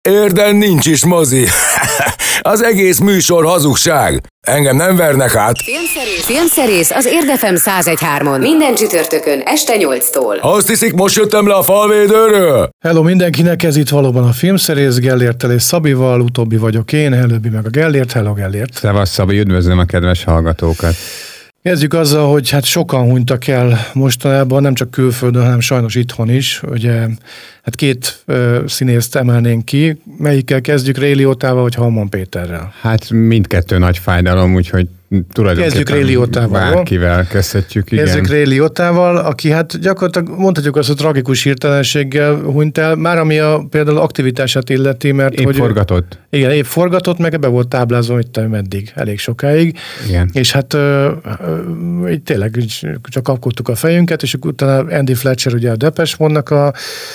Érden nincs is mozi. Az egész műsor hazugság. Engem nem vernek át. Filmszerész az Érd FM 101.3-on. Minden csütörtökön este 8-tól. Azt hiszik, most jöttem le a falvédőről? Hello mindenkinek, ez itt valóban a Filmszerész, Gellérttel és Szabival, utóbbi vagyok én, előbbi meg a Gellért. Hello Gellért. Szevasz Szabi, üdvözlöm a kedves hallgatókat. Kezdjük azzal, hogy hát sokan hunytak el mostanában, nem csak külföldön, hanem sajnos itthon is. Ugye, hát két színészt emelnénk ki. Melyikkel kezdjük, Ray Liottával vagy Halmon Péterrel? Hát mindkettő nagy fájdalom, úgyhogy tulajdonképpen Kezdjük Ray Liottával. Bárkivel kezdhetjük, igen. Kezdjük Ray Liottával, aki hát gyakorlatilag mondhatjuk azt, hogy tragikus hirtelenséggel hunyt el, már ami például aktivitását illeti, mert épp forgatott. Igen, épp forgatott, meg ebbe volt táblázva, hogy meddig, elég sokáig. Igen. És hát így tényleg csak kapkodtuk a fejünket, és utána Andy Fletcher, ugye a Depeche Mode-nak a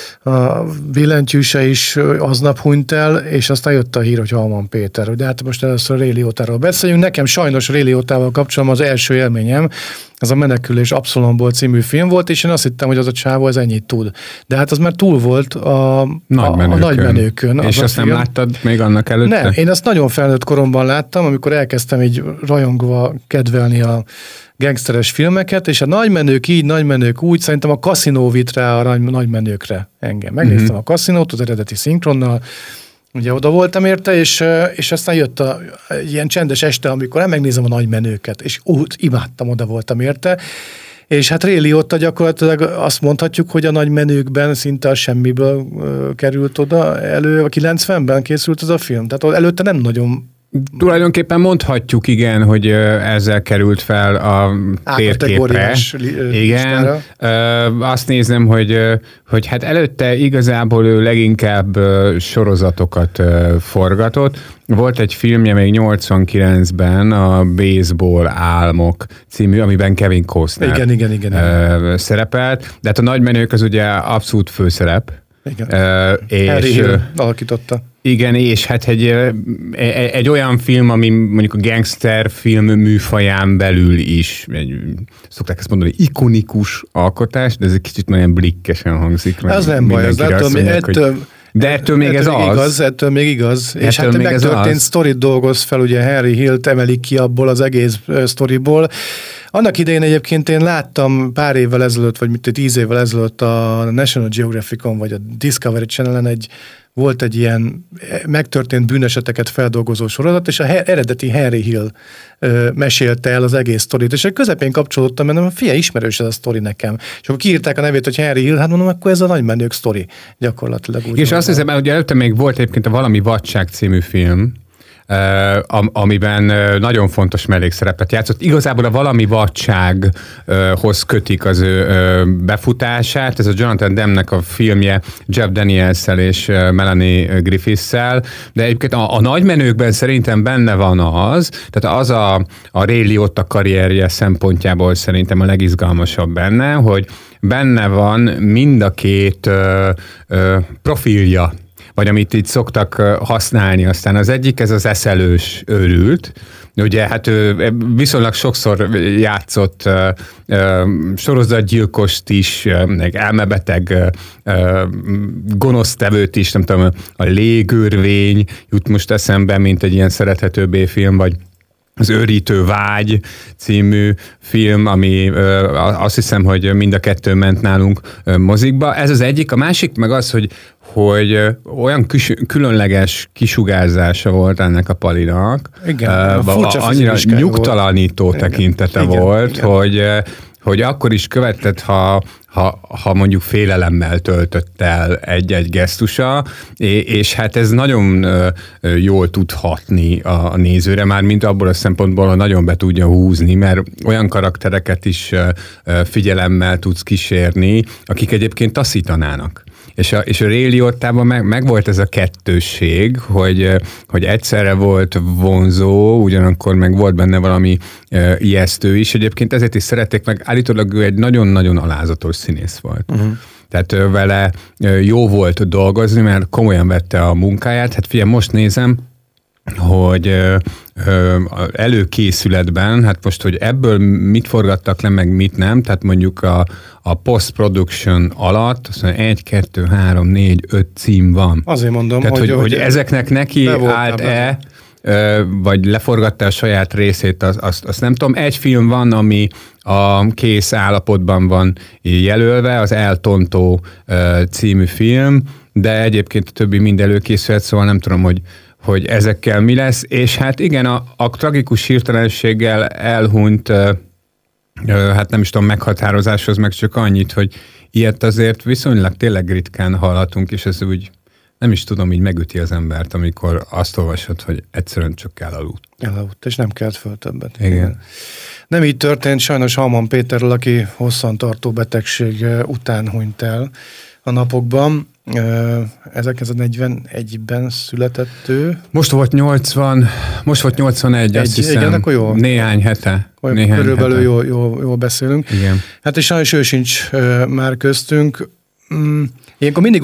billentyűse is aznap hunyt el, és aztán jött a hír, hogy Halmon Péter. De hát most először Ray Liottáról beszéljünk. Nekem sajnos Ray Liottával kapcsolatban az első élményem, ez a Menekülés Abszolomból című film volt, és én azt hittem, hogy az a csávó ez ennyit tud. De hát az már túl volt a Nagymenőkön. És azt nem láttad még annak előtte? Nem, én azt nagyon felnőtt koromban láttam, amikor elkezdtem így rajongva kedvelni a gangsteres filmeket, és a Nagymenők így, Nagymenők úgy, szerintem a Casino vitt rá a Nagymenőkre engem. Megnéztem a Casino-t az eredeti szinkronnal, ugye oda voltam érte, és aztán jött ilyen csendes este, amikor megnézem a Nagymenőket, és úgy imádtam, oda voltam érte. És hát Ray Liotta gyakorlatilag azt mondhatjuk, hogy a Nagymenőkben szinte a semmiből került oda elő, a 90-ben készült az a film. Tehát előtte nem nagyon... Tulajdonképpen mondhatjuk, igen, hogy ezzel került fel a térképre. Igen. Azt nézem, hogy hát előtte igazából ő leginkább sorozatokat forgatott. Volt egy filmje még 89-ben, a Baseball Álmok című, amiben Kevin Costner igen. szerepelt. De hát a Nagymenők az ugye abszolút főszerep. Igen. Harry Hill alakította. Igen, és hát egy olyan film, ami mondjuk a gangster film műfaján belül is, szokták ezt mondani, ikonikus alkotás, de ez egy kicsit nagyon blikkesen hangzik. Ez nem baj, ez de ettől még ez az. Ettől még igaz. És hát megtörtént sztorit dolgoz fel, ugye Harry Hillt emelik ki abból az egész sztoriból. Annak idején egyébként én láttam pár évvel ezelőtt, vagy 10 évvel ezelőtt a National Geographicon, vagy a Discovery Channelen volt egy ilyen megtörtént bűneseteket feldolgozó sorozat, és az eredeti Harry Hill mesélte el az egész sztorit, és közepén kapcsolódtam, mert figyelj, ismerős ez a sztori nekem. És akkor kiírták a nevét, hogy Harry Hill, hát mondom, akkor ez a Nagymenők sztori gyakorlatilag. És azt hiszem, hogy előtte még volt egyébként a Valami Vadság című film, amiben nagyon fontos mellékszerepet játszott. Igazából a Valami Vadsághoz kötik az ő befutását. Ez a Jonathan Demme-nek a filmje Jeff Daniels-szel és Melanie Griffiths-szel, de egyébként a Nagymenőkben szerintem benne van az, tehát az a Ray Liotta karrierje szempontjából szerintem a legizgalmasabb benne, hogy benne van mind a két profilja, vagy amit itt szoktak használni. Aztán az egyik, ez az eszelős őrült. Ugye hát ő viszonylag sokszor játszott sorozatgyilkost is, meg elmebeteg gonosztevőt is, nem tudom, a Légőrvény jut most eszembe, mint egy ilyen szerethető B-film, vagy az Őrítő vágy című film, ami azt hiszem, hogy mind a kettő ment nálunk mozikba. Ez az egyik. A másik meg az, hogy olyan különleges kisugárzása volt ennek a Palinak. Igen, annyira nyugtalanító tekintete volt, igen. Hogy akkor is követett, ha mondjuk félelemmel töltött el egy gesztusa, és hát ez nagyon jól tud hatni a nézőre, már mint abból a szempontból, hogy nagyon be tudja húzni, mert olyan karaktereket is figyelemmel tudsz kísérni, akik egyébként taszítanának. És a Ray Liottában meg volt ez a kettősség, hogy egyszerre volt vonzó, ugyanakkor meg volt benne valami ijesztő is. Egyébként ezért is szerették, meg állítólag ő egy nagyon-nagyon alázatos színész volt. Uh-huh. Tehát vele jó volt dolgozni, mert komolyan vette a munkáját. Hát figyelj, most nézem, hogy előkészületben, hát most, hogy ebből mit forgattak le, meg mit nem, tehát mondjuk a post-production alatt, azt mondja, 1, 2, 3, 4, 5 cím van. Azért mondom, tehát, hogy ezeknek neki állt-e, vagy leforgatta a saját részét, azt nem tudom. Egy film van, ami a kész állapotban van jelölve, az Eltontó című film, de egyébként a többi mind előkészült, szóval nem tudom, hogy ezekkel mi lesz, és hát igen, a tragikus hirtelenséggel elhunyt, hát nem is tudom, meghatározáshoz meg csak annyit, hogy ilyet azért viszonylag tényleg ritkán hallhatunk, és ez úgy nem is tudom, így megüti az embert, amikor azt olvasod, hogy egyszerűen csak elaludt. Elaludt, és nem kelt föl többet. Igen. Nem így történt sajnos Hauman Péterrel, aki hosszantartó betegség után hunyt el a napokban. 1941-ben született ő. Most volt 81, azt hiszem. Igen, akkor jó. Néhány hete. Körülbelül jól beszélünk. Igen. Hát és sajnos ő sincs már köztünk. Ilyenkor mindig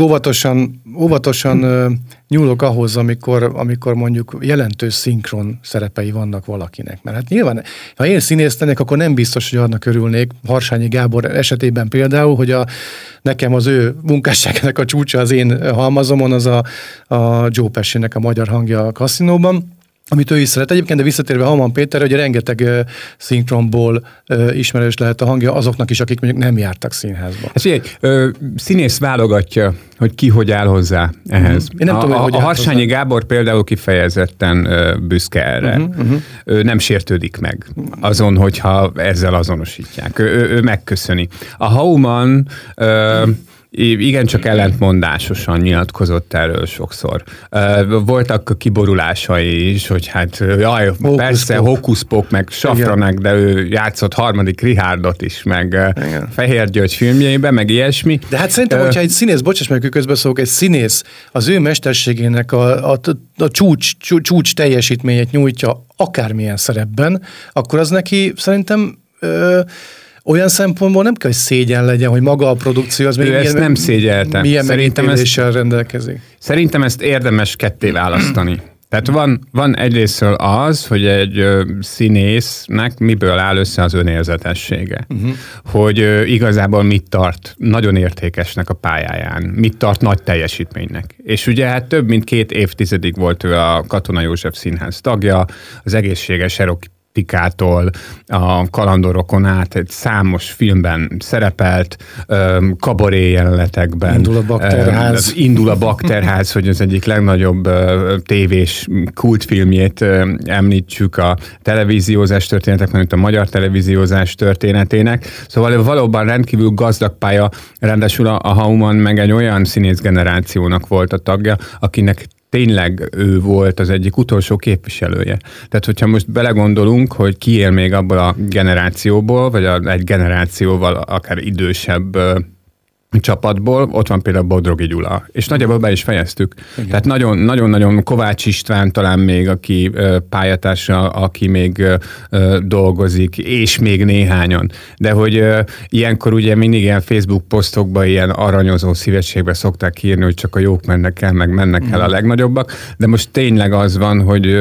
óvatosan nyúlok ahhoz, amikor mondjuk jelentős szinkron szerepei vannak valakinek. Mert hát nyilván, ha én színész lennék, akkor nem biztos, hogy annak örülnék. Harsányi Gábor esetében például, hogy nekem az ő munkásságának a csúcsa az én halmazomon, az a Joe Pesci-nek a magyar hangja a Kaszinóban, amit ő is szeret. Egyébként, de visszatérve Hauman Péterre, hogy rengeteg szinkronból ismerős lehet a hangja azoknak is, akik mondjuk nem jártak színházba. Hát figyelj, színész válogatja, hogy ki hogy áll hozzá ehhez. Én nem tudom, hogy a Harsányi Gábor például kifejezetten büszke erre. Ő nem sértődik meg azon, hogyha ezzel azonosítják. Ő megköszöni. A Hauman igencsak ellentmondásosan nyilatkozott erről sokszor. Voltak kiborulásai is, hogy hát persze Hókuszpók, meg Safranek, de ő játszott harmadik Richardot is, meg Fehér György filmjeiben, meg ilyesmi. De hát szerintem, hogyha egy színész, bocsáss meg, közbeszólok, egy színész az ő mesterségének a csúcs teljesítményét nyújtja akármilyen szerepben, akkor az neki szerintem olyan szempontból nem kell, hogy szégyen legyen, hogy maga a produkció az ő ezt nem szégyelte. Milyen megítéléssel rendelkezik. Szerintem ezt érdemes ketté választani. Tehát van egyrésztről az, hogy egy színésznek miből áll össze az önérzetessége. Hogy igazából mit tart nagyon értékesnek a pályáján, mit tart nagy teljesítménynek. És ugye hát több mint 2 évtizedig volt ő a Katona József Színház tagja, az egészséges erotikától a kalandorokon át egy számos filmben szerepelt, kabaré jelenetekben. Indul a Bakterház, hogy az egyik legnagyobb tévés kultfilmjét említsük a televíziózás történetek, mint a magyar televíziózás történetének. Szóval valóban rendkívül gazdag pálya, ráadásul a Hauman meg egy olyan színészgenerációnak volt a tagja, akinek tényleg ő volt az egyik utolsó képviselője. Tehát, hogyha most belegondolunk, hogy ki él még abból a generációból, vagy egy generációval akár idősebb csapatból, ott van például Bodrogi Gyula, és nagyjából be is fejeztük. Igen. Tehát nagyon-nagyon Kovács István talán még, aki pályatársa, aki még dolgozik, és még néhányan. De hogy ilyenkor ugye mindig ilyen Facebook posztokban ilyen aranyozó szívességbe szokták írni, hogy csak a jók mennek el, meg mennek el a legnagyobbak, de most tényleg az van,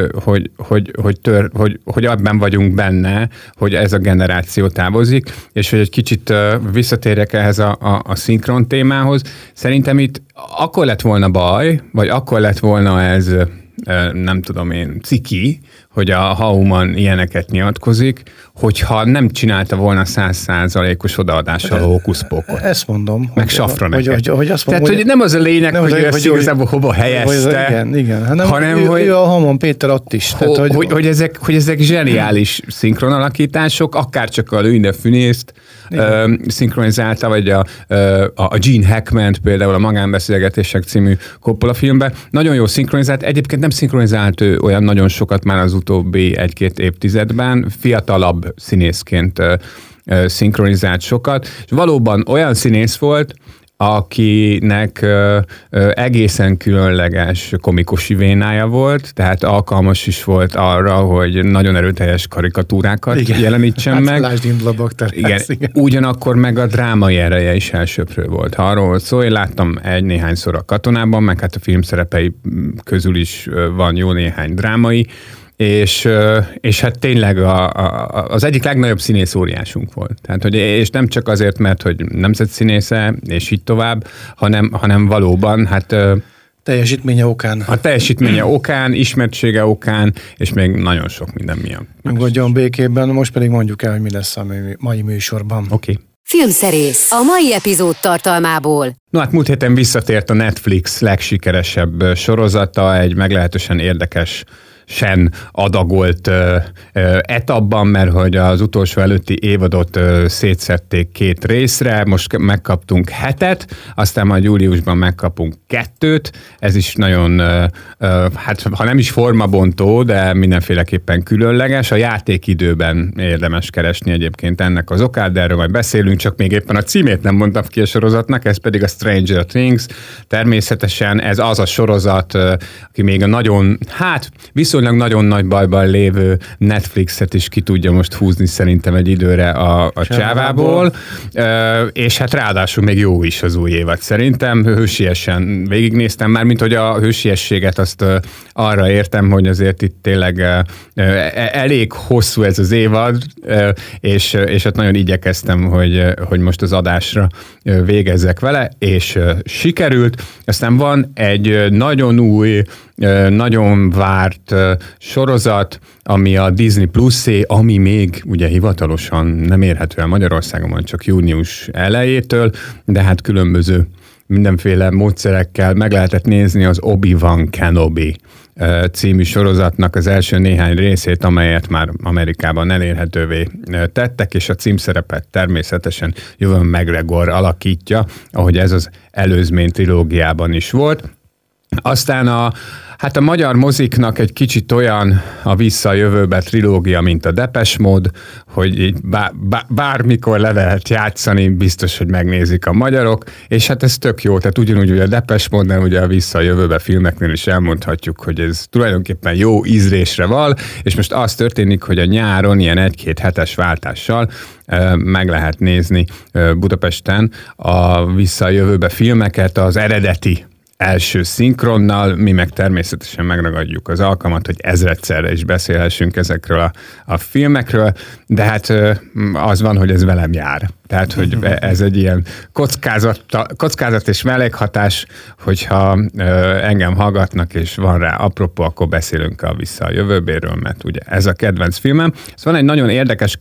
hogy abban vagyunk benne, hogy ez a generáció távozik, és hogy egy kicsit visszatérjek ehhez a szinkron témához. Szerintem itt akkor lett volna baj, vagy akkor lett volna ez, nem tudom én, ciki, hogy a Hauman ilyeneket nyilatkozik, hogyha nem csinálta volna 100%-os odaadással a Hókuszpókot. Ezt mondom. Meg Safraneket. Tehát, hogy nem az a lényeg, hogy ezt igazából hova helyezte, igen, hanem hogy ő a Hauman Péter ott is. Hogy ezek zseniális szinkronalakítások, akár csak a Louis de Funést szinkronizálta, vagy a Gene Hackman például a Magánbeszélgetések című Coppola filmben. Nagyon jó szinkronizált, egyébként nem szinkronizált ő olyan nagyon sokat már az utóbbi 1-2 évtizedben, fiatalabb színészként szinkronizált sokat, és valóban olyan színész volt, akinek egészen különleges komikusi vénája volt, tehát alkalmas is volt arra, hogy nagyon erőteljes karikatúrákat jelenítsen meg. Lásd Indulabakter. Igen. Ugyanakkor meg a drámai ereje is elsöprő volt. Ha arról volt szó, én láttam néhányszor a Katonában, meg hát a filmszerepei közül is van jó néhány drámai, és hát tényleg az egyik legnagyobb színész óriásunk volt. Tehát, hogy, és nem csak azért, mert hogy nemzetszínésze, és így tovább, hanem valóban, hát... Teljesítménye okán. A teljesítménye okán, ismertsége okán, és még nagyon sok minden miatt. Nyugodjon békében, most pedig mondjuk el, hogy mi lesz a mai műsorban. Oké. Filmszerész a mai epizód tartalmából. No hát múlt héten visszatért a Netflix legsikeresebb sorozata, egy meglehetősen érdekes adagolt etapban, mert hogy az utolsó előtti évadot szétszették 2 részre, most megkaptunk 7, aztán majd júliusban megkapunk 2, ez is nagyon, hát ha nem is formabontó, de mindenféleképpen különleges. A játékidőben érdemes keresni egyébként ennek az okát, de erről majd beszélünk, csak még éppen a címét nem mondtam ki a sorozatnak, ez pedig a Stranger Things. Természetesen ez az a sorozat, aki még a nagyon, viszonylag nagyon nagy bajban lévő Netflixet is ki tudja most húzni szerintem egy időre a csávából, és hát ráadásul még jó is az új évad szerintem. Hősiesen végignéztem már, mint hogy a hősiességet azt arra értem, hogy azért itt tényleg elég hosszú ez az évad, és hát nagyon igyekeztem, hogy most az adásra végezzek vele, és sikerült. Aztán van egy nagyon új, nagyon várt sorozat, ami a Disney Plus-é, ami még ugye hivatalosan nem érhető el Magyarországon, csak június elejétől, de hát különböző mindenféle módszerekkel meg lehetett nézni az Obi-Wan Kenobi című sorozatnak az első néhány részét, amelyet már Amerikában elérhetővé tettek, és a címszerepet természetesen Ewan McGregor alakítja, ahogy ez az előzmény trilógiában is volt. Aztán a magyar moziknak egy kicsit olyan a Vissza a jövőbe trilógia, mint a Depeche Mode, hogy így bármikor le lehet játszani, biztos, hogy megnézik a magyarok, és hát ez tök jó, tehát ugyanúgy, hogy a Depeche Mode-nál, ugye a Vissza a jövőbe filmeknél is elmondhatjuk, hogy ez tulajdonképpen jó ízlésre val, és most az történik, hogy a nyáron ilyen 1-2 hetes váltással meg lehet nézni Budapesten a Vissza a jövőbe filmeket, az eredeti első szinkronnal, mi meg természetesen megragadjuk az alkalmat, hogy ezredszerre is beszélhessünk ezekről a filmekről, de hát az van, hogy ez velem jár. Tehát, hogy ez egy ilyen kockázat és mellékhatás, hogyha engem hallgatnak, és van rá apropó, akkor beszélünk a Vissza a jövőbéről, mert ugye ez a kedvenc filmem. Ez van egy nagyon érdekes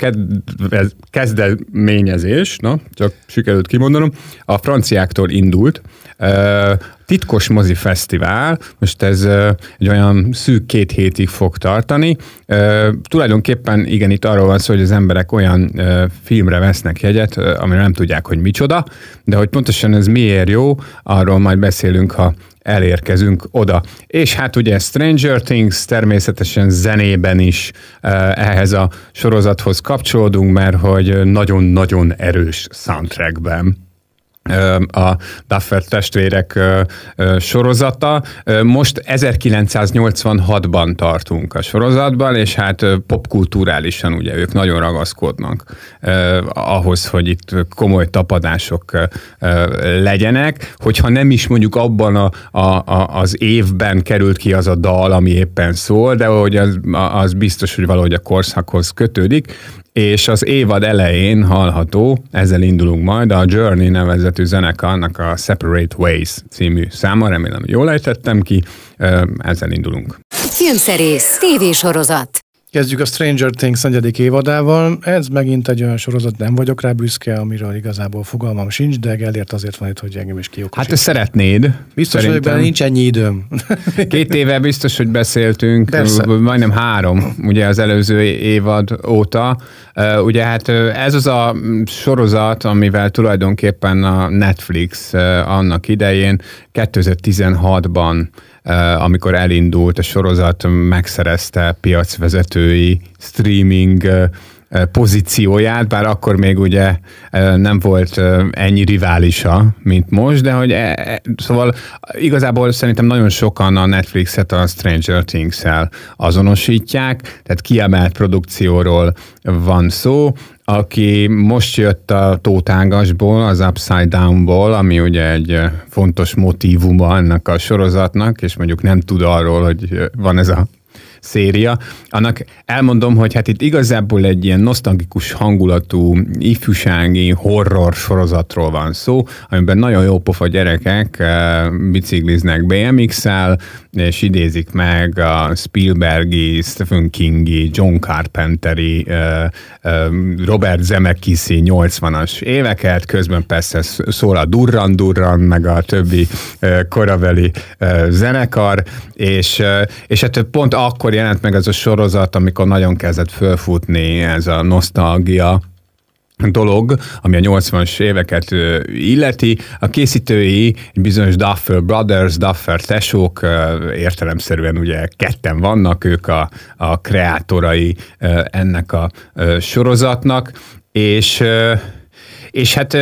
kezdeményezés, csak sikerült kimondanom, a franciáktól indult, titkos mozi fesztivál, most ez egy olyan szűk 2 hétig fog tartani. Tulajdonképpen igen, itt arról van szó, hogy az emberek olyan filmre vesznek jegyet, amire nem tudják, hogy micsoda, de hogy pontosan ez miért jó, arról majd beszélünk, ha elérkezünk oda. És hát ugye Stranger Things természetesen zenében is ehhez a sorozathoz kapcsolódunk, mert hogy nagyon-nagyon erős soundtrackben a Duffer testvérek sorozata. Most 1986-ban tartunk a sorozatban, és hát popkulturálisan ugye ők nagyon ragaszkodnak ahhoz, hogy itt komoly tapadások legyenek, hogyha nem is mondjuk abban az évben került ki az a dal, ami éppen szól, de hogy az biztos, hogy valahogy a korszakhoz kötődik, és az évad elején hallható, ezzel indulunk majd, a Journey nevezetű zenekarnak a Separate Ways című száma, remélem jól ejtettem ki, ezzel indulunk. Filmszerész, tévésorozat. Kezdjük a Stranger Things 4. évadával. Ez megint egy olyan sorozat, nem vagyok rá büszke, amiről igazából fogalmam sincs, de Gellért azért van itt, hogy engem is kiokosít. Hát te szeretnéd. Biztos, hogy benne nincs ennyi időm. 2 éve biztos, hogy beszéltünk, Persze. Majdnem 3, ugye az előző évad óta. Ugye hát ez az a sorozat, amivel tulajdonképpen a Netflix annak idején 2016-ban amikor elindult a sorozat, megszerezte piacvezetői streaming pozícióját, bár akkor még ugye nem volt ennyi riválisa, mint most, de hogy szóval igazából szerintem nagyon sokan a Netflixet a Stranger Things-el azonosítják, tehát kiemelt produkcióról van szó, aki most jött a tótágasból, az Upside Downból, ami ugye egy fontos motívuma ennek a sorozatnak, és mondjuk nem tud arról, hogy van ez a széria. Annak elmondom, hogy hát itt igazából egy ilyen nosztalgikus hangulatú ifjúsági horror sorozatról van szó, amiben nagyon jó pofa gyerekek bicikliznek BMX-el, és idézik meg a Spielbergi, Stephen Kingi, John Carpenteri, Robert Zemeckis-i 80-as éveket, közben persze szól a Durran Durran, meg a többi korabeli zenekar, és hát pont akkor jelent meg ez a sorozat, amikor nagyon kezdett fölfutni ez a nosztalgia dolog, ami a 80-as éveket illeti. A készítői bizonyos Duffer Brothers, Duffer tesók, értelemszerűen ugye ketten vannak, ők a kreátorai ennek a sorozatnak, és hát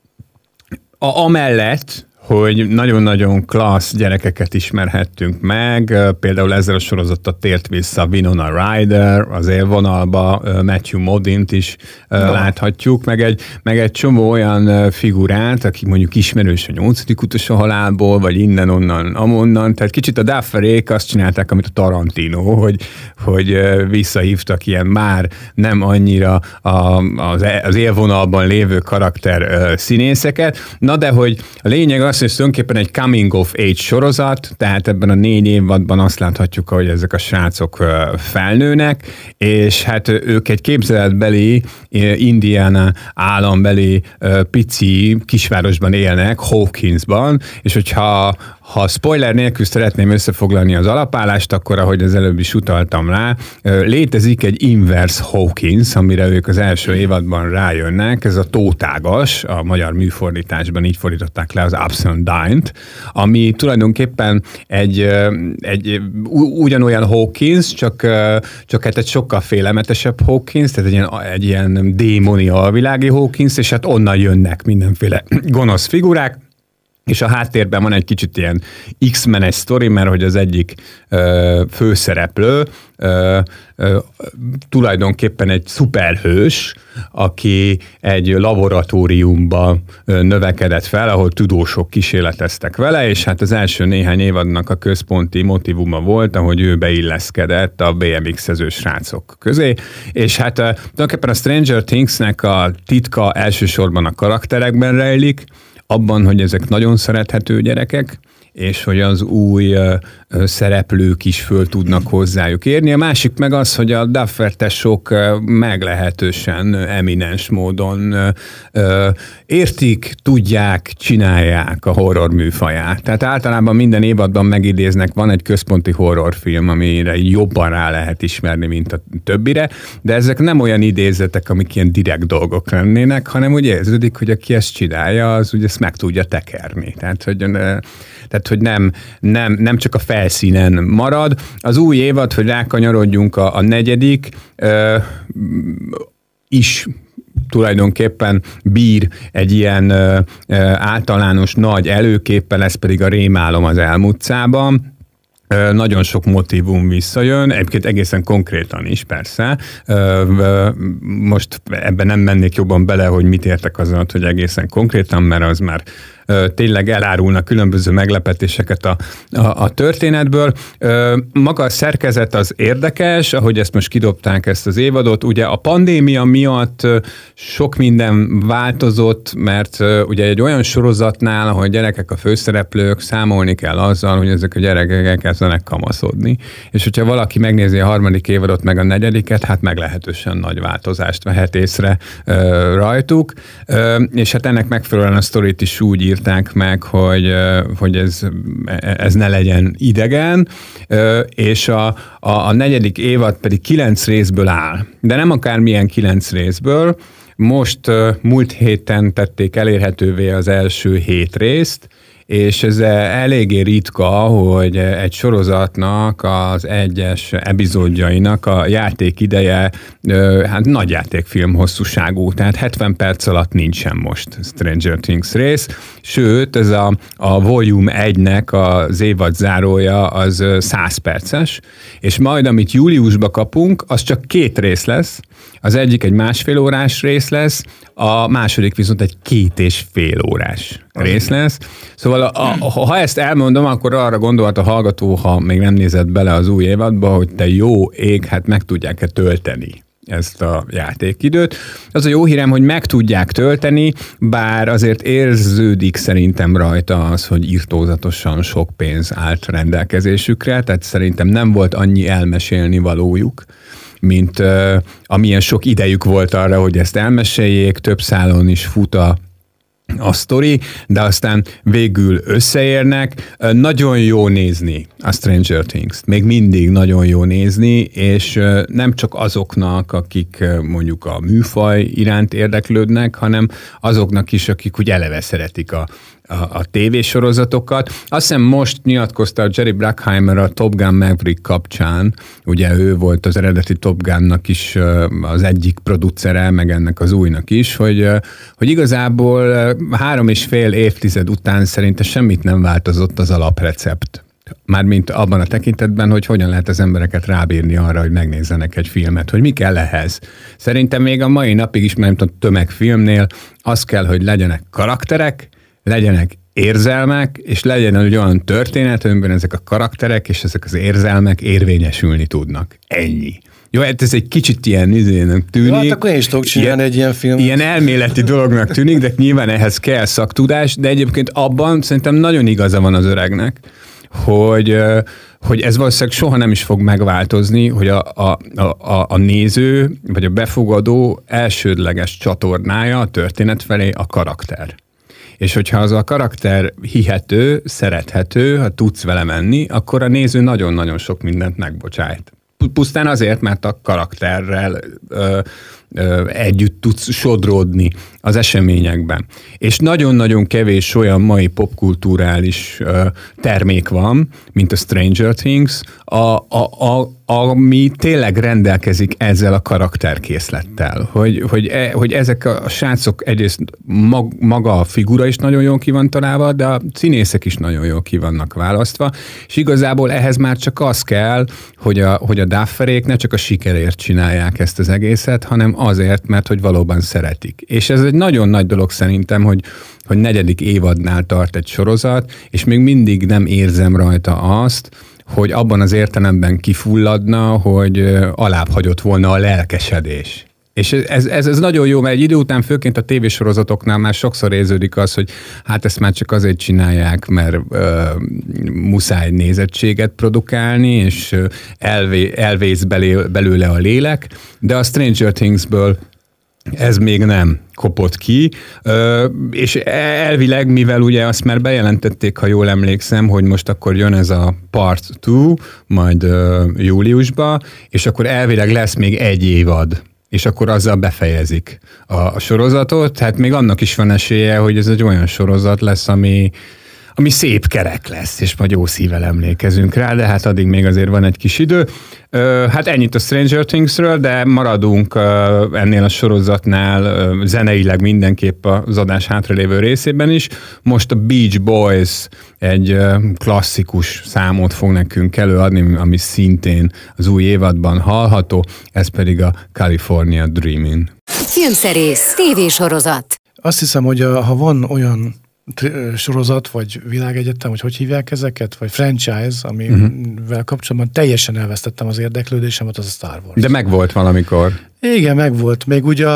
amellett, hogy nagyon-nagyon klassz gyerekeket ismerhettünk meg, például ezzel a sorozattal tért vissza Winona Ryder, az élvonalba Matthew Modint is láthatjuk, meg egy csomó olyan figurát, aki mondjuk ismerős a 8. utolsó halálból, vagy innen-onnan, amonnan, tehát kicsit a Dufferék azt csinálták, amit a Tarantino, hogy visszahívtak ilyen már nem annyira az élvonalban lévő karakter színészeket, na de hogy a lényeg az, hogy tulajdonképpen egy coming of age sorozat, tehát ebben a 4 évadban azt láthatjuk, hogy ezek a srácok felnőnek, és hát ők egy képzeletbeli, Indiana állambeli pici kisvárosban élnek, Hawkinsban, és hogyha spoiler nélkül szeretném összefoglalni az alapállást, akkor, ahogy az előbb is utaltam rá, létezik egy inverse Hawkins, amire ők az első évadban rájönnek, ez a tótágas, a magyar műfordításban így fordították le az Upside Down-t, ami tulajdonképpen egy ugyanolyan Hawkins, csak hát egy sokkal félelmetesebb Hawkins, tehát egy ilyen démoni alvilági Hawkins, és hát onnan jönnek mindenféle gonosz figurák, és a háttérben van egy kicsit ilyen X-menes sztori, mert hogy az egyik főszereplő tulajdonképpen egy szuperhős, aki egy laboratóriumba növekedett fel, ahol tudósok kísérleteztek vele, és hát az első néhány évadnak a központi motívuma volt, ahogy ő beilleszkedett a BMX-ező srácok közé, és hát tulajdonképpen a Stranger Things-nek a titka elsősorban a karakterekben rejlik, abban, hogy ezek nagyon szerethető gyerekek, és hogy az új szereplők is föl tudnak hozzájuk érni. A másik meg az, hogy a Duffer tesók meglehetősen eminens módon értik, tudják, csinálják a horror műfaját. Tehát általában minden évadban megidéznek, van egy központi horrorfilm, amire jobban rá lehet ismerni, mint a többire, de ezek nem olyan idézetek, amik ilyen direkt dolgok lennének, hanem úgy érződik, hogy aki ezt csinálja, az ugye ezt meg tudja tekerni. Tehát, hogy nem csak a felszínen marad. Az új évad, hogy rákanyarodjunk a 4. is tulajdonképpen bír egy ilyen általános nagy előképpel, ez pedig a rémálom az Elmutcában. Nagyon sok motívum visszajön, egyébként egészen konkrétan is, persze. Most ebben nem mennék jobban bele, hogy mit értek azon, hogy egészen konkrétan, mert az már tényleg elárulnak különböző meglepetéseket a történetből. Maga a szerkezet az érdekes, ahogy ezt most kidobták ezt az évadot. Ugye a pandémia miatt sok minden változott, mert ugye egy olyan sorozatnál, ahol gyerekek a főszereplők, számolni kell azzal, hogy ezek a gyerekek elkezdenek kamaszodni. És hogyha valaki megnézi a 3. évadot, meg a 4., hát meglehetősen nagy változást vehet észre rajtuk. És hát ennek megfelelően a sztorit is úgy írták meg, hogy ez ne legyen idegen, és a 4. évad pedig 9 részből áll. De nem akármilyen 9 részből. Most múlt héten tették elérhetővé az első 7 részt, és ez eléggé ritka, hogy egy sorozatnak az egyes epizódjainak a játékideje hát nagy játékfilm hosszúságú, tehát 70 perc alatt nincsen most Stranger Things rész, sőt, ez a Volume 1-nek az évad zárója az 100 perces, és majd amit júliusba kapunk, az csak 2 rész lesz, az egyik egy 1,5 órás rész lesz, a második viszont egy 2,5 órás rész lesz. Szóval ha ezt elmondom, akkor arra gondolhat a hallgató, ha még nem nézett bele az új évadba, hogy te jó ég, hát meg tudják-e tölteni ezt a játékidőt. Az a jó hírem, hogy meg tudják tölteni, bár azért érződik szerintem rajta az, hogy irtózatosan sok pénz állt rendelkezésükre, tehát szerintem nem volt annyi elmesélni valójuk, mint amilyen sok idejük volt arra, hogy ezt elmeséljék, több szálon is fut a sztori, de aztán végül összeérnek. Nagyon jó nézni a Stranger Things-t. Még mindig nagyon jó nézni, és nem csak azoknak, akik mondjuk a műfaj iránt érdeklődnek, hanem azoknak is, akik úgy eleve szeretik a tévésorozatokat. Azt hiszem most nyilatkozta a Jerry Bruckheimer a Top Gun Maverick kapcsán, ugye ő volt az eredeti Top Gunnak is az egyik producere, meg ennek az újnak is, hogy igazából 3,5 évtized után szerinte semmit nem változott az alaprecept. Mármint abban a tekintetben, hogy hogyan lehet az embereket rábírni arra, hogy megnézzenek egy filmet, hogy mi kell ehhez. Szerintem még a mai napig is, mert a tömegfilmnél az kell, hogy legyenek karakterek, legyenek érzelmek, és legyen egy olyan történet, amiben ezek a karakterek és ezek az érzelmek érvényesülni tudnak. Ennyi. Jó, hát ez egy kicsit ilyen nem tűnik. Jó, hát akkor én is tudok csinálni egy ilyen filmet. Ilyen elméleti dolognak tűnik, de nyilván ehhez kell szaktudás, de egyébként abban szerintem nagyon igaza van az öregnek, hogy ez valószínűleg soha nem is fog megváltozni, hogy a néző, vagy a befogadó elsődleges csatornája a történet felé a karakter. És hogyha az a karakter hihető, szerethető, ha tudsz vele menni, akkor a néző nagyon-nagyon sok mindent megbocsájt. Pusztán azért, mert a karakterrel együtt tudsz sodródni az eseményekben. És nagyon-nagyon kevés olyan mai popkulturális termék van, mint a Stranger Things, ami tényleg rendelkezik ezzel a karakterkészlettel. Hogy ezek a srácok egyrészt maga a figura is nagyon jól ki van találva, de a színészek is nagyon jól ki vannak választva, és igazából ehhez már csak az kell, hogy a Dufferék ne csak a sikerért csinálják ezt az egészet, hanem azért, mert hogy valóban szeretik. És ez egy nagyon nagy dolog szerintem, hogy 4. évadnál tart egy sorozat, és még mindig nem érzem rajta azt, hogy abban az értelemben kifulladna, hogy alább hagyott volna a lelkesedés. És ez nagyon jó, mert egy idő után főként a tévésorozatoknál már sokszor érződik az, hogy hát ezt már csak azért csinálják, mert muszáj nézettséget produkálni, és elvész belőle a lélek, de a Stranger Thingsből ez még nem kopott ki, és elvileg, mivel ugye azt már bejelentették, ha jól emlékszem, hogy most akkor jön ez a Part 2, majd júliusba, és akkor elvileg lesz még 1 évad, és akkor azzal befejezik a sorozatot, tehát még annak is van esélye, hogy ez egy olyan sorozat lesz, ami szép kerek lesz, és majd jó szívvel emlékezünk rá, de hát addig még azért van egy kis idő. Hát ennyit a Stranger Thingsről, de maradunk ennél a sorozatnál zeneileg mindenképp az adás hátralévő részében is. Most a Beach Boys egy klasszikus számot fog nekünk előadni, ami szintén az új évadban hallható, ez pedig a California Dreamin'. Filmszerész, tévésorozat. Azt hiszem, hogy ha van olyan sorozat, vagy világegyetem, hogy hívják ezeket, vagy franchise, amivel kapcsolatban teljesen elvesztettem az érdeklődésemet, az a Star Wars. De megvolt valamikor. Igen, megvolt. Még ugye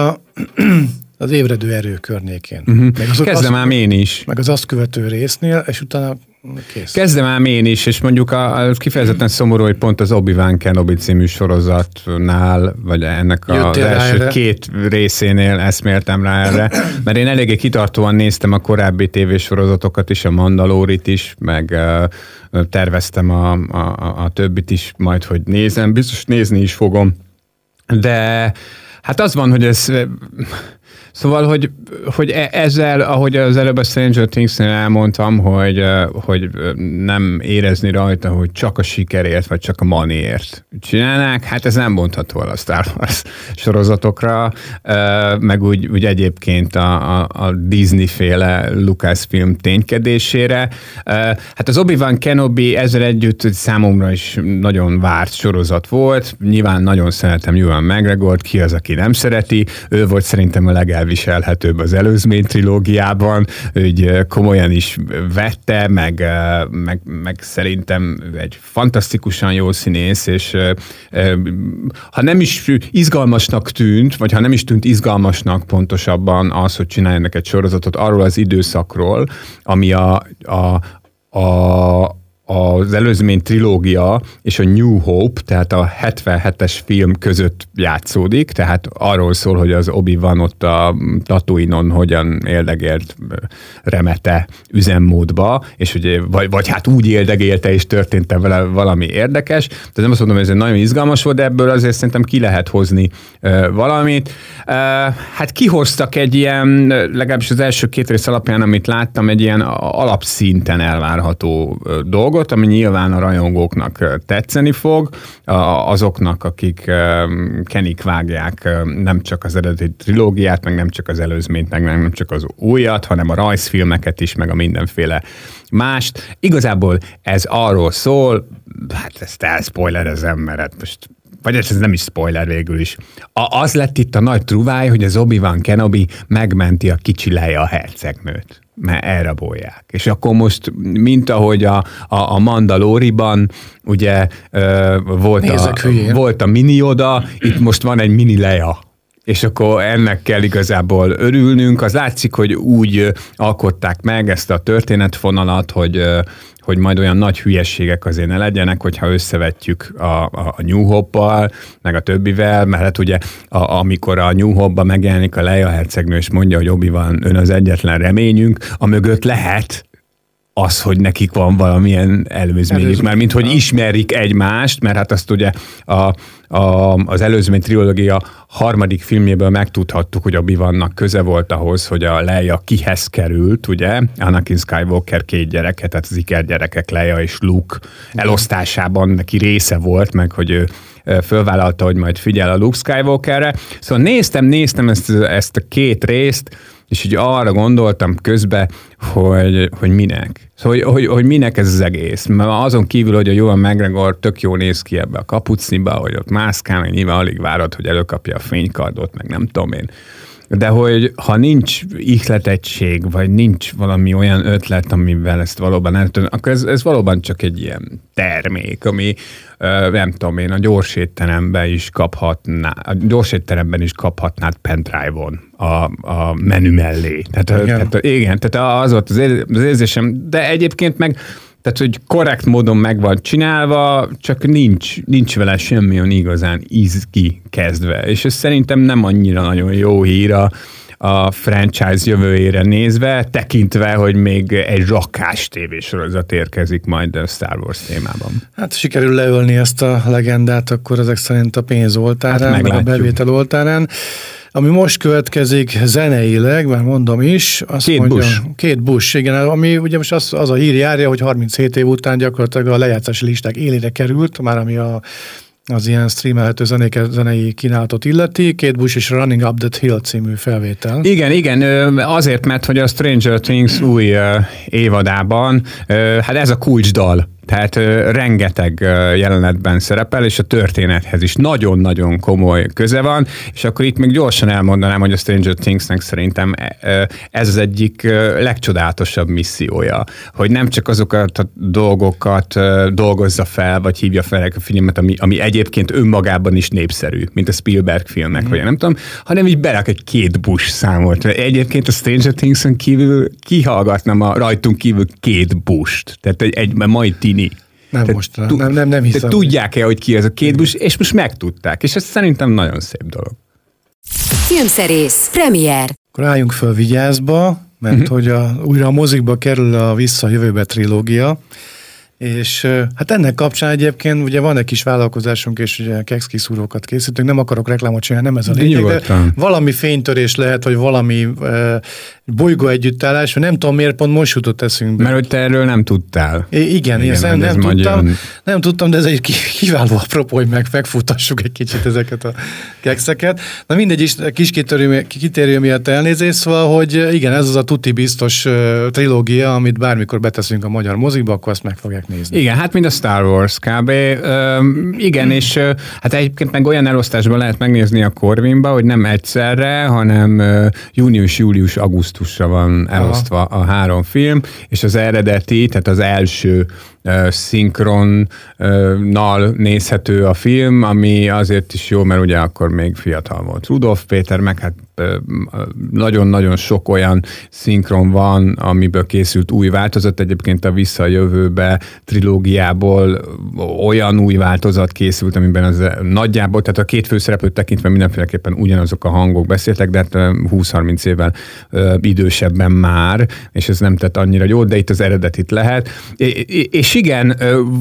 az ébredő erő környékén. Kezdem ám én is. Meg az azt követő résznél, és utána kész. Kezdem ám én is, és mondjuk kifejezetten szomorú, hogy pont az Obi-Wan Kenobi című sorozatnál, vagy ennek az első 2 részénél eszméltem rá erre, mert én eléggé kitartóan néztem a korábbi tévésorozatokat is, a Mandalorit is, meg terveztem a többit is majd, hogy nézem, biztos nézni is fogom, de hát az van, hogy ez Szóval, hogy ezzel, ahogy az előbb a Stranger Things-nél elmondtam, hogy nem érezni rajta, hogy csak a sikerért, vagy csak a moneyért csinálnák, hát ez nem mondható el a Star Wars sorozatokra, meg úgy egyébként a Disney-féle Lucasfilm ténykedésére. Hát az Obi-Wan Kenobi ezzel együtt számomra is nagyon várt sorozat volt. Nyilván nagyon szeretem Ewan McGregort, ki az, aki nem szereti. Ő volt szerintem a legelviselhetőbb az előzmény trilógiában, hogy komolyan is vette, meg szerintem egy fantasztikusan jó színész, és ha nem is izgalmasnak tűnt, vagy ha nem is tűnt izgalmasnak pontosabban az, hogy csináljanak egy sorozatot arról az időszakról, ami az előzmény trilógia és a New Hope, tehát a 77-es film között játszódik, tehát arról szól, hogy az Obi-Wan ott a Tatooine-on hogyan éldegélt remete üzemmódba, és ugye, vagy hát úgy éldegélte, és történt vele valami érdekes. Tehát nem azt mondom, hogy ez nagyon izgalmas volt, de ebből azért szerintem ki lehet hozni valamit. Hát kihoztak egy ilyen, legalábbis az első 2 rész alapján, amit láttam, egy ilyen alapszinten elvárható dolgot, ami nyilván a rajongóknak tetszeni fog, azoknak, akik kenik vágják nem csak az eredeti trilógiát, meg nem csak az előzményt, meg nem csak az újat, hanem a rajzfilmeket is, meg a mindenféle mást. Igazából ez arról szól, hát ezt elspoilerezem, mert most vagy ez nem is spoiler végül is. Az lett itt a nagy truváj, hogy az Obi-Wan Kenobi megmenti a kicsi Leia hercegnőt, mert elrabolják. És akkor most, mint ahogy a Mandaloriban, ugye volt a mini Yoda, itt most van egy mini Leia. És akkor ennek kell igazából örülnünk. Az látszik, hogy úgy alkották meg ezt a történetfonalat, hogy majd olyan nagy hülyességek azért ne legyenek, hogyha összevetjük a New Hope-bal, meg a többivel, mert hát ugye amikor a New Hope-ba megjelenik a Leia hercegnő, és mondja, hogy Obi-Wan, ön az egyetlen reményünk, amögött lehet az, hogy nekik van valamilyen előzményük, mert mint hogy ismerik egymást, mert hát azt ugye az előzmény trilógia 3. filmjéből megtudhattuk, hogy Obi-Wannak köze volt ahhoz, hogy a Leia kihez került, ugye? Anakin Skywalker 2 gyereke, tehát az ikergyerekek Leia és Luke elosztásában neki része volt, meg hogy ő fölvállalta, hogy majd figyel a Luke Skywalkerre. Szóval néztem ezt a 2 részt, és így arra gondoltam közben, hogy minek. Szóval, hogy minek ez az egész. Mert azon kívül, hogy a Ewan McGregor tök jól néz ki ebbe a kapucniba, hogy ott mászkál, meg nyilván alig várod, hogy előkapja a fénykardot, meg nem tudom én. De hogy ha nincs ihletettség, vagy nincs valami olyan ötlet, amivel ezt valóban el tudom, akkor ez valóban csak egy ilyen termék, ami nem tudom én, a gyorsétteremben is kaphatnád pendrive-on a menü mellé. Tehát az volt az érzésem, de egyébként meg tehát, hogy korrekt módon meg van csinálva, csak nincs vele semmi olyan igazán izgi kezdve. És ez szerintem nem annyira nagyon jó hír a franchise jövőjére nézve, tekintve, hogy még egy rakás tévésorozat érkezik majd a Star Wars témában. Hát sikerül leölni ezt a legendát, akkor ezek szerint a pénz oltárán, meg a bevétel oltárán. Ami most következik zeneileg, már mondom is, azt Kate mondja, Bush. Kate Bush, igen, ami ugye most az a hír járja, hogy 37 év után gyakorlatilag a lejátszási listák élére került, már ami az ilyen streamelhető zenei kínálatot illeti, Kate Bush és Running Up That Hill című felvétel. Igen, azért, mert hogy a Stranger Things új évadában, hát ez a kulcsdal. Tehát rengeteg jelenetben szerepel, és a történethez is nagyon-nagyon komoly köze van, és akkor itt még gyorsan elmondanám, hogy a Stranger Thingsnek szerintem ez az egyik legcsodálatosabb missziója, hogy nem csak azokat a dolgokat dolgozza fel, vagy hívja fel a filmet, ami egyébként önmagában is népszerű, mint a Spielberg filmek, vagy nem tudom, hanem így berak egy Kate Bush számot. Egyébként a Stranger Thingson kívül kihallgatnám rajtunk kívül Kate Bush-t, tehát egy mai tini. Nem hiszem. Tudják-e, hogy ki ez a Kate Bush, és most megtudták, és ez szerintem nagyon szép dolog. Filmszerész, premier. Akkor álljunk föl Vigyázba, mert hogy újra a mozikba kerül a Vissza a jövőbe trilógia, És hát ennek kapcsán egyébként ugye van egy kis vállalkozásunk, és ugye kekszkiszúrókat készítünk, nem akarok reklámot csinálni, nem ez a lényeg, de valami fénytörés lehet, vagy valami bolygó együttállás, nem tudom miért pont most jutott eszünkbe. Mert hogy te erről nem tudtál. Igen, én nem tudtam, de ez egy kiváló apropó, hogy megfutassuk egy kicsit ezeket a kekszeket. Na mindegy is, kis kitérő miatt elnézést, szóval, hogy igen, ez az a tuti biztos trilógia, amit bármikor beteszünk a magyar mozikba, akkor azt meg fogják nézni. Igen, hát mint a Star Wars kb. Igen, és hát egyébként meg olyan elosztásban lehet megnézni a Corvinba, hogy nem egyszerre, hanem június, július, augusztusra van elosztva a 3 film, és az eredeti, tehát az első szinkronnal nézhető a film, ami azért is jó, mert ugye akkor még fiatal volt Rudolf Péter, meg hát nagyon-nagyon sok olyan szinkron van, amiből készült új változat. Egyébként a Vissza a jövőbe trilógiából olyan új változat készült, amiben az nagyjából, tehát a 2 főszereplőt tekintve mindenféleképpen ugyanazok a hangok beszéltek, de hát 20-30 évvel idősebben már, és ez nem tett annyira jót, de itt az eredetit lehet. És igen,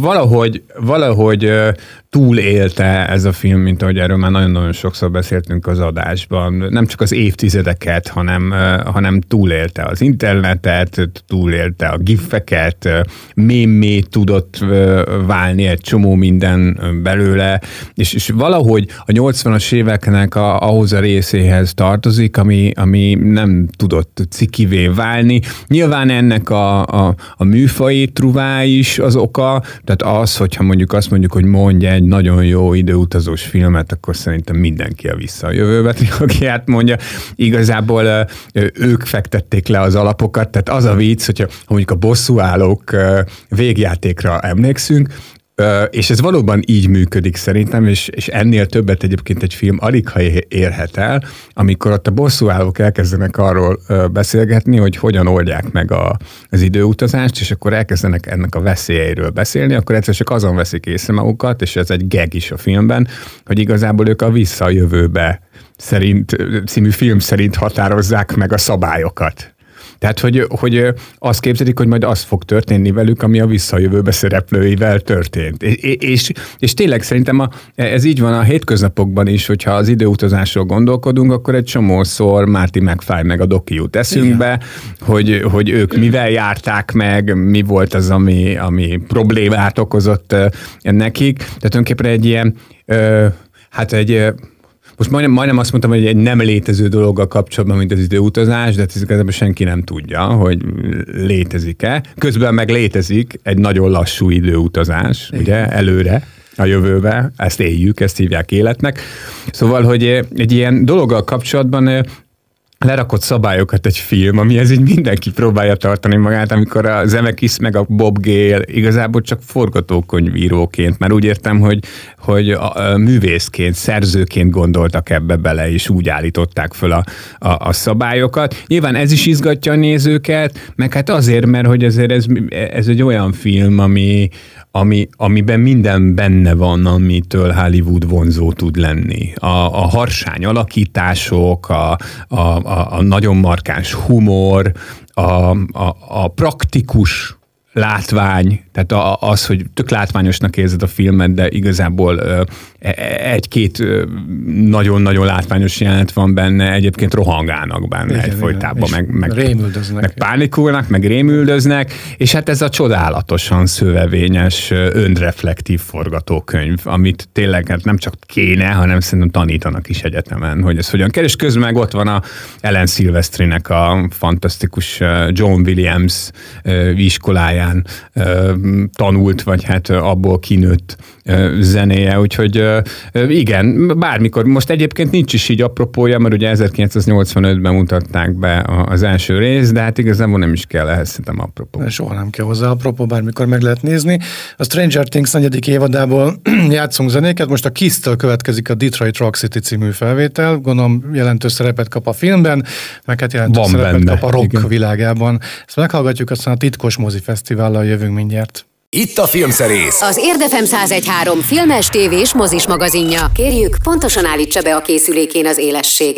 valahogy túlélte ez a film, mint ahogy erről már nagyon-nagyon sokszor beszéltünk az adásban. Nem csak az évtizedeket, hanem túlélte az internetet, túlélte a gifeket, mémé tudott válni egy csomó minden belőle, és valahogy a 80-as éveknek ahhoz a részéhez tartozik, ami nem tudott cikivé válni. Nyilván ennek a műfaji truvá is az oka, tehát az, hogyha mondjuk azt mondjuk, hogy mondj egy nagyon jó időutazós filmet, akkor szerintem mindenki a Vissza a jövőbe trilógiát mondja. Igazából ők fektették le az alapokat, tehát az a vicc, hogyha mondjuk a Bosszúállók végjátékra emlékszünk, és ez valóban így működik szerintem, és ennél többet egyébként egy film aligha érhet el, amikor ott a bosszúállók elkezdenek arról beszélgetni, hogy hogyan oldják meg az időutazást, és akkor elkezdenek ennek a veszélyeiről beszélni, akkor egyszer csak azon veszik észre magukat, és ez egy gag is a filmben, hogy igazából ők a Vissza a jövőbe című film szerint határozzák meg a szabályokat. Tehát, hogy azt képzelik, hogy majd az fog történni velük, ami a Vissza a jövőbe szereplőivel történt. És tényleg szerintem ez így van a hétköznapokban is, hogyha az időutazásról gondolkodunk, akkor egy csomószor Marty McFly meg a Doki jut eszünkbe, hogy ők mivel járták meg, mi volt az, ami problémát okozott nekik. Tehát tulajdonképpen egy ilyen, most majdnem azt mondtam, hogy egy nem létező dologgal kapcsolatban, mint az időutazás, de ez igazából senki nem tudja, hogy létezik-e. Közben meg létezik egy nagyon lassú időutazás, ugye, előre, a jövőbe, ezt éljük, ezt hívják életnek. Szóval, hogy egy ilyen dologgal kapcsolatban lerakott szabályokat egy film, amihez így mindenki próbálja tartani magát, amikor a Zemeckis meg a Bob Gale igazából csak forgatókönyvíróként, mert úgy értem, hogy művészként, szerzőként gondoltak ebbe bele, és úgy állították föl a szabályokat. Nyilván ez is izgatja a nézőket, meg hát azért, mert hogy azért ez egy olyan film, amiben minden benne van, amitől Hollywood vonzó tud lenni. A harsány alakítások, a nagyon markáns humor, a praktikus látvány, tehát az, hogy tök látványosnak érzed a filmet, de igazából egy-két nagyon-nagyon látványos jelenet van benne, egyébként rohangálnak benne egyfolytában, meg pánikulnak, meg rémüldöznek, és hát ez a csodálatosan szövevényes, önreflektív forgatókönyv, amit tényleg hát nem csak kéne, hanem szerintem tanítanak is egyetemen, hogy ez hogyan kell, és közben meg ott van a Ellen Silvestrinek a fantasztikus John Williams iskoláján tanult, vagy hát abból kinőtt zenéje, úgyhogy igen, bármikor. Most egyébként nincs is így apropója, mert ugye 1985-ben mutatták be az első részt, de hát igazából nem is kell ehhez szerintem apropó. Soha nem kell hozzá apropó, bármikor meg lehet nézni. A Stranger Things 4. évadából játszunk zenéket, most a Kiss-től következik a Detroit Rock City című felvétel, gondolom jelentős szerepet kap a filmben, meg hát jelentős szerepet kap a rock világában. Ezt meghallgatjuk, aztán a Titkos Mozi Fesztivállal jövünk mindjárt. Itt a Filmszerész. Az Érdefem 101.3 filmes, tévés, mozis magazinja. Kérjük, pontosan állítsa be a készülékén az élességet.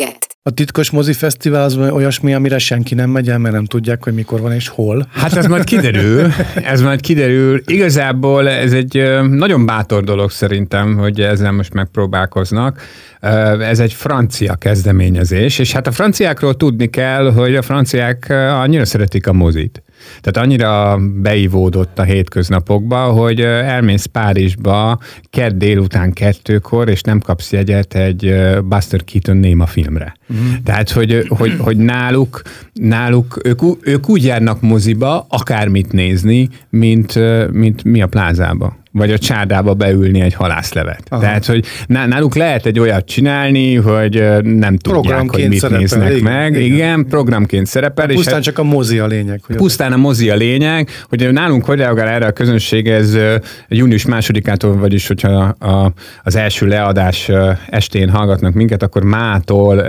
A titkos mozifesztivál az olyasmi, amire senki nem megy el, mert nem tudják, hogy mikor van és hol. Hát ez majd kiderül. Igazából ez egy nagyon bátor dolog szerintem, hogy ezzel most megpróbálkoznak. Ez egy francia kezdeményezés, és hát a franciákról tudni kell, hogy a franciák annyira szeretik a mozit. Tehát annyira beivódott a hétköznapokba, hogy elmész Párizsba kedd délután 2-kor, és nem kapsz jegyet egy Buster Keaton néma filmre. Tehát, hogy náluk ők úgy járnak moziba, akármit nézni, mint mi a plázába. Vagy a csárdába beülni egy halászlevet. Aha. Tehát, hogy náluk lehet egy olyat csinálni, hogy nem tudják, hogy mit néznek meg. Igen, programként szerepel. Pusztán csak a mozi a lényeg. Pusztán a mozi a lényeg, hogy nálunk hogy reagál erre a közönség, ez június 2-ától, vagyis hogyha az első leadás estén hallgatnak minket, akkor mától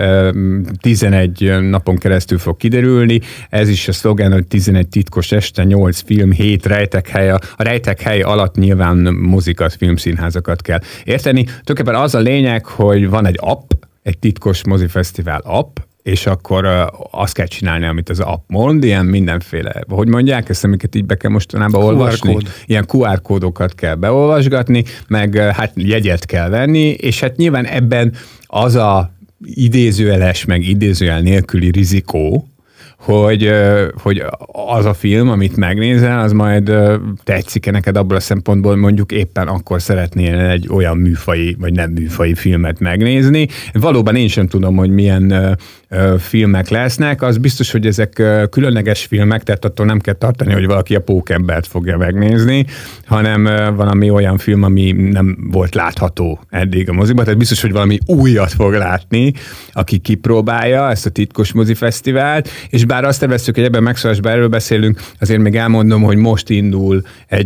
11 napon keresztül fog kiderülni. Ez is a szlogán, hogy 11 titkos este, 8 film, 7 rejtekhely. A rejtekhely alatt nyilván mozikat, filmszínházakat kell érteni. Tulajdonképpen az a lényeg, hogy van egy app, egy titkos mozifesztivál app, és akkor azt kell csinálni, amit az app mond, ilyen mindenféle, hogy mondják ezt, amiket így be kell mostanában olvasni. Ilyen QR kódokat kell beolvasgatni, meg hát jegyet kell venni, és hát nyilván ebben az a idézőjeles, meg idézőjel nélküli rizikó, hogy az a film, amit megnézel, az majd tetszik-e neked abból a szempontból, mondjuk éppen akkor szeretnél egy olyan műfaji, vagy nem műfaji filmet megnézni. Valóban én sem tudom, hogy milyen filmek lesznek, az biztos, hogy ezek különleges filmek, tehát attól nem kell tartani, hogy valaki a Pókembert fogja megnézni, hanem valami olyan film, ami nem volt látható eddig a moziban, tehát biztos, hogy valami újat fog látni, aki kipróbálja ezt a titkos mozifesztivált, és bár azt tervezzük, hogy ebben megszólásban erről beszélünk, azért még elmondom, hogy most indul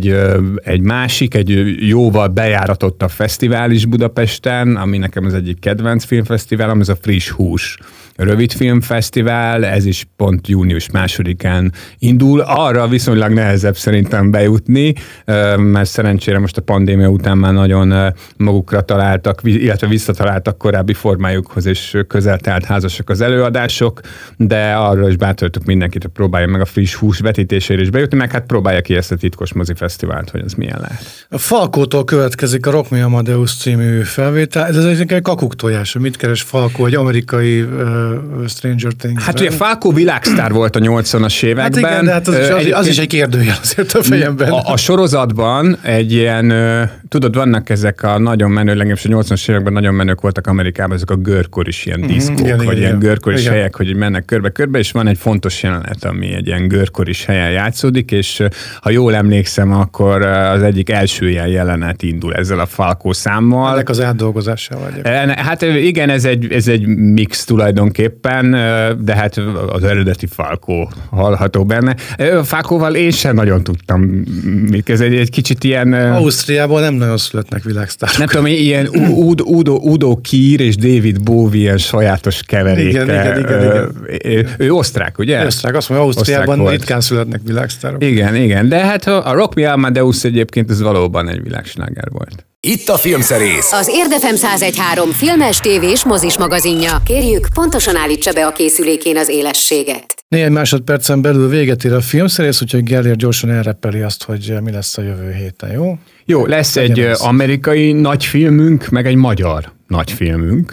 egy másik, egy jóval bejáratottabb fesztivál is Budapesten, ami nekem az egyik kedvenc filmfesztiválom, ez a Friss Hús rövidfilmfesztivál, ez is pont június 2-án indul. Arra viszonylag nehezebb szerintem bejutni, mert szerencsére most a pandémia után már nagyon magukra találtak, illetve visszataláltak korábbi formájukhoz, és közel-telt házasak az előadások, de arra is bátorítottuk mindenkit, hogy próbálja meg a Friss Hús vetítésére is bejutni, meg hát próbálja ki ezt a titkos mozifesztivált, hogy ez milyen lehet. A Falkótól következik a Rock Me Amadeus című felvétel. Ez egy kakuktojás. Mit keres Falkó, egy amerikai Stranger Things-ben? Hát ugye Falkó világsztár volt a 80-as években. Hát igen, de hát az is egy kérdőjel azért a fejemben. A sorozatban egy ilyen, tudod, vannak ezek a nagyon menő, legalábbis a 80-as években nagyon menők voltak Amerikában, ezek a görkoris ilyen diszkók, vagy ilyen görkoris helyek, hogy mennek körbe-körbe, és van egy fontos jelenet, ami egy ilyen görkoris helyen játszódik, és ha jól emlékszem, akkor az egyik első ilyen jelenet indul ezzel a Falkó számmal. Ennek az átdolgozásával. Hát igen, ez egy mix tulajdonképpen, de hát az eredeti Falkó hallható benne. Falkóval én sem nagyon tudtam, ez egy kicsit ilyen... Ausztriában nem nagyon születnek világsztárok. Nem tudom, ilyen Udo Kier és David Bowie ilyen sajátos keverékkel. Igen. Ő osztrák, ugye? Osztrák, azt mondja, Ausztriában ritkán születnek világsztárok. Igen, de hát a Rock Me Amadeus egyébként ez valóban egy világsláger volt. Itt a Filmszerész. Az Érdefem 101.3 filmes, tévés, mozis magazinja. Kérjük, pontosan állítsa be a készülékén az élességet. Néhány másodpercen belül véget ér a Filmszerész, úgyhogy Gellér gyorsan elreppeli azt, hogy mi lesz a jövő héten, jó? Jó, lesz egy amerikai nagyfilmünk, meg egy magyar nagyfilmünk.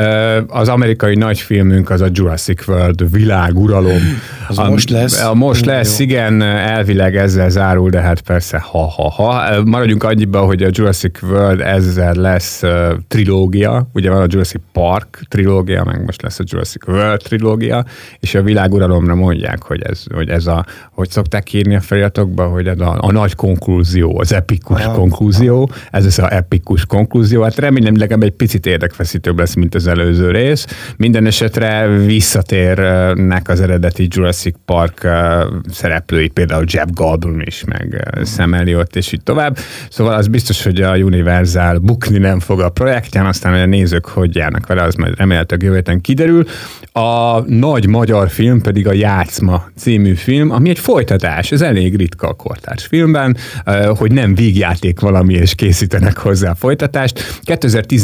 Az amerikai nagyfilmünk az a Jurassic World világuralom. Az most lesz? Most lesz, igen, elvileg ezzel zárul, de hát persze ha. Maradjunk annyiban, hogy a Jurassic World ezzel lesz trilógia, ugye van a Jurassic Park trilógia, meg most lesz a Jurassic World trilógia, és a világuralomra mondják, hogy ez a, hogy szokták írni a feliratokba, hogy ez a nagy konklúzió, az epikus konklúzió, ez az a epikus konklúzió, hát remélem legalább egy picit érdekfeszítőbb lesz, mint az előző rész. Minden esetre visszatérnek az eredeti Jurassic Park szereplői, például Jeff Goldblum is, meg Sam Elliott, és így tovább. Szóval az biztos, hogy a Universal bukni nem fog a projektján, aztán hogy a nézők hogy járnak vele, az majd remélhetőleg jövő héten kiderül. A nagy magyar film pedig a Játszma című film, ami egy folytatás, ez elég ritka a kortárs filmben, hogy nem vígjáték valami, és készítenek hozzá folytatást. 2011-ben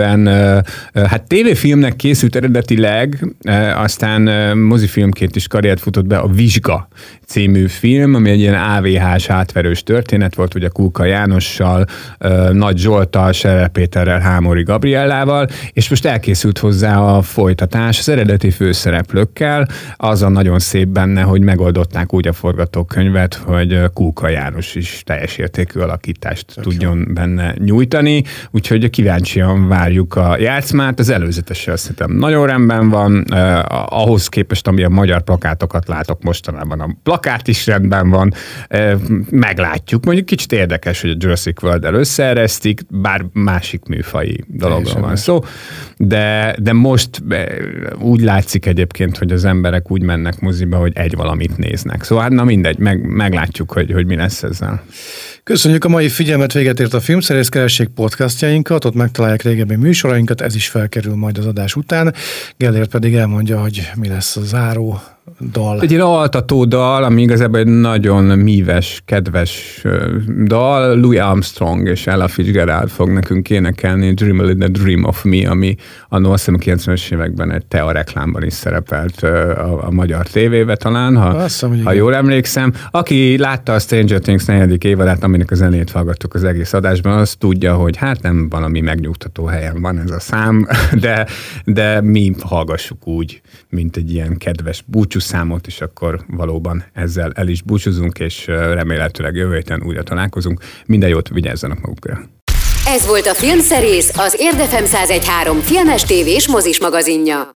filmben, hát tévéfilmnek készült eredetileg, aztán mozifilmként is karriert futott be a Vizsga című film, ami egy ilyen AVH-s átverős történet volt, ugye Kulka Jánossal, Nagy Zsolttal, Scherer Péterrel, Hámori Gabriellával, és most elkészült hozzá a folytatás az eredeti főszereplőkkel. Az a nagyon szép benne, hogy megoldották úgy a forgatókönyvet, hogy Kulka János is teljes értékű alakítást tudjon benne nyújtani, úgyhogy kíváncsian várjuk a játszmát. Az előzetessel szerintem nagyon rendben van, ahhoz képest, ami a magyar plakátokat látok mostanában, a plakát is rendben van, meglátjuk. Mondjuk kicsit érdekes, hogy a Jurassic World-el összeeresztik, bár másik műfaji dologról van szó, de most úgy látszik egyébként, hogy az emberek úgy mennek moziba, hogy egy valamit néznek. Szóval hát na mindegy, meglátjuk, hogy mi lesz ezzel. Köszönjük a mai figyelmet, véget ért a Filmszerész, keressék podcastjainkat, ott megtalálják régebbi műsorainkat, ez is felkerül majd az adás után. Gellért pedig elmondja, hogy mi lesz a záró dal. Egy altató dal, ami igazából egy nagyon míves, kedves dal. Louis Armstrong és Ella Fitzgerald fog nekünk énekelni Dream a Little Dream of Me, ami annól azt hiszem 90-es években egy Tea reklámban is szerepelt a magyar tévébe talán, ha jól emlékszem. Aki látta a Stranger Things 4. évadát, aminek a zenét hallgattuk az egész adásban, az tudja, hogy hát nem valami megnyugtató helyen van ez a szám, de mi hallgassuk úgy, mint egy ilyen kedves búcsúszámot, és akkor valóban ezzel el is búcsúzunk, és remélhetőleg jövő héten újra találkozunk. Minden jót, vigyázzanak magukra! Ez volt a Filmszerész, az Érdefem 101.3 filmes, tévés, mozis magazinja.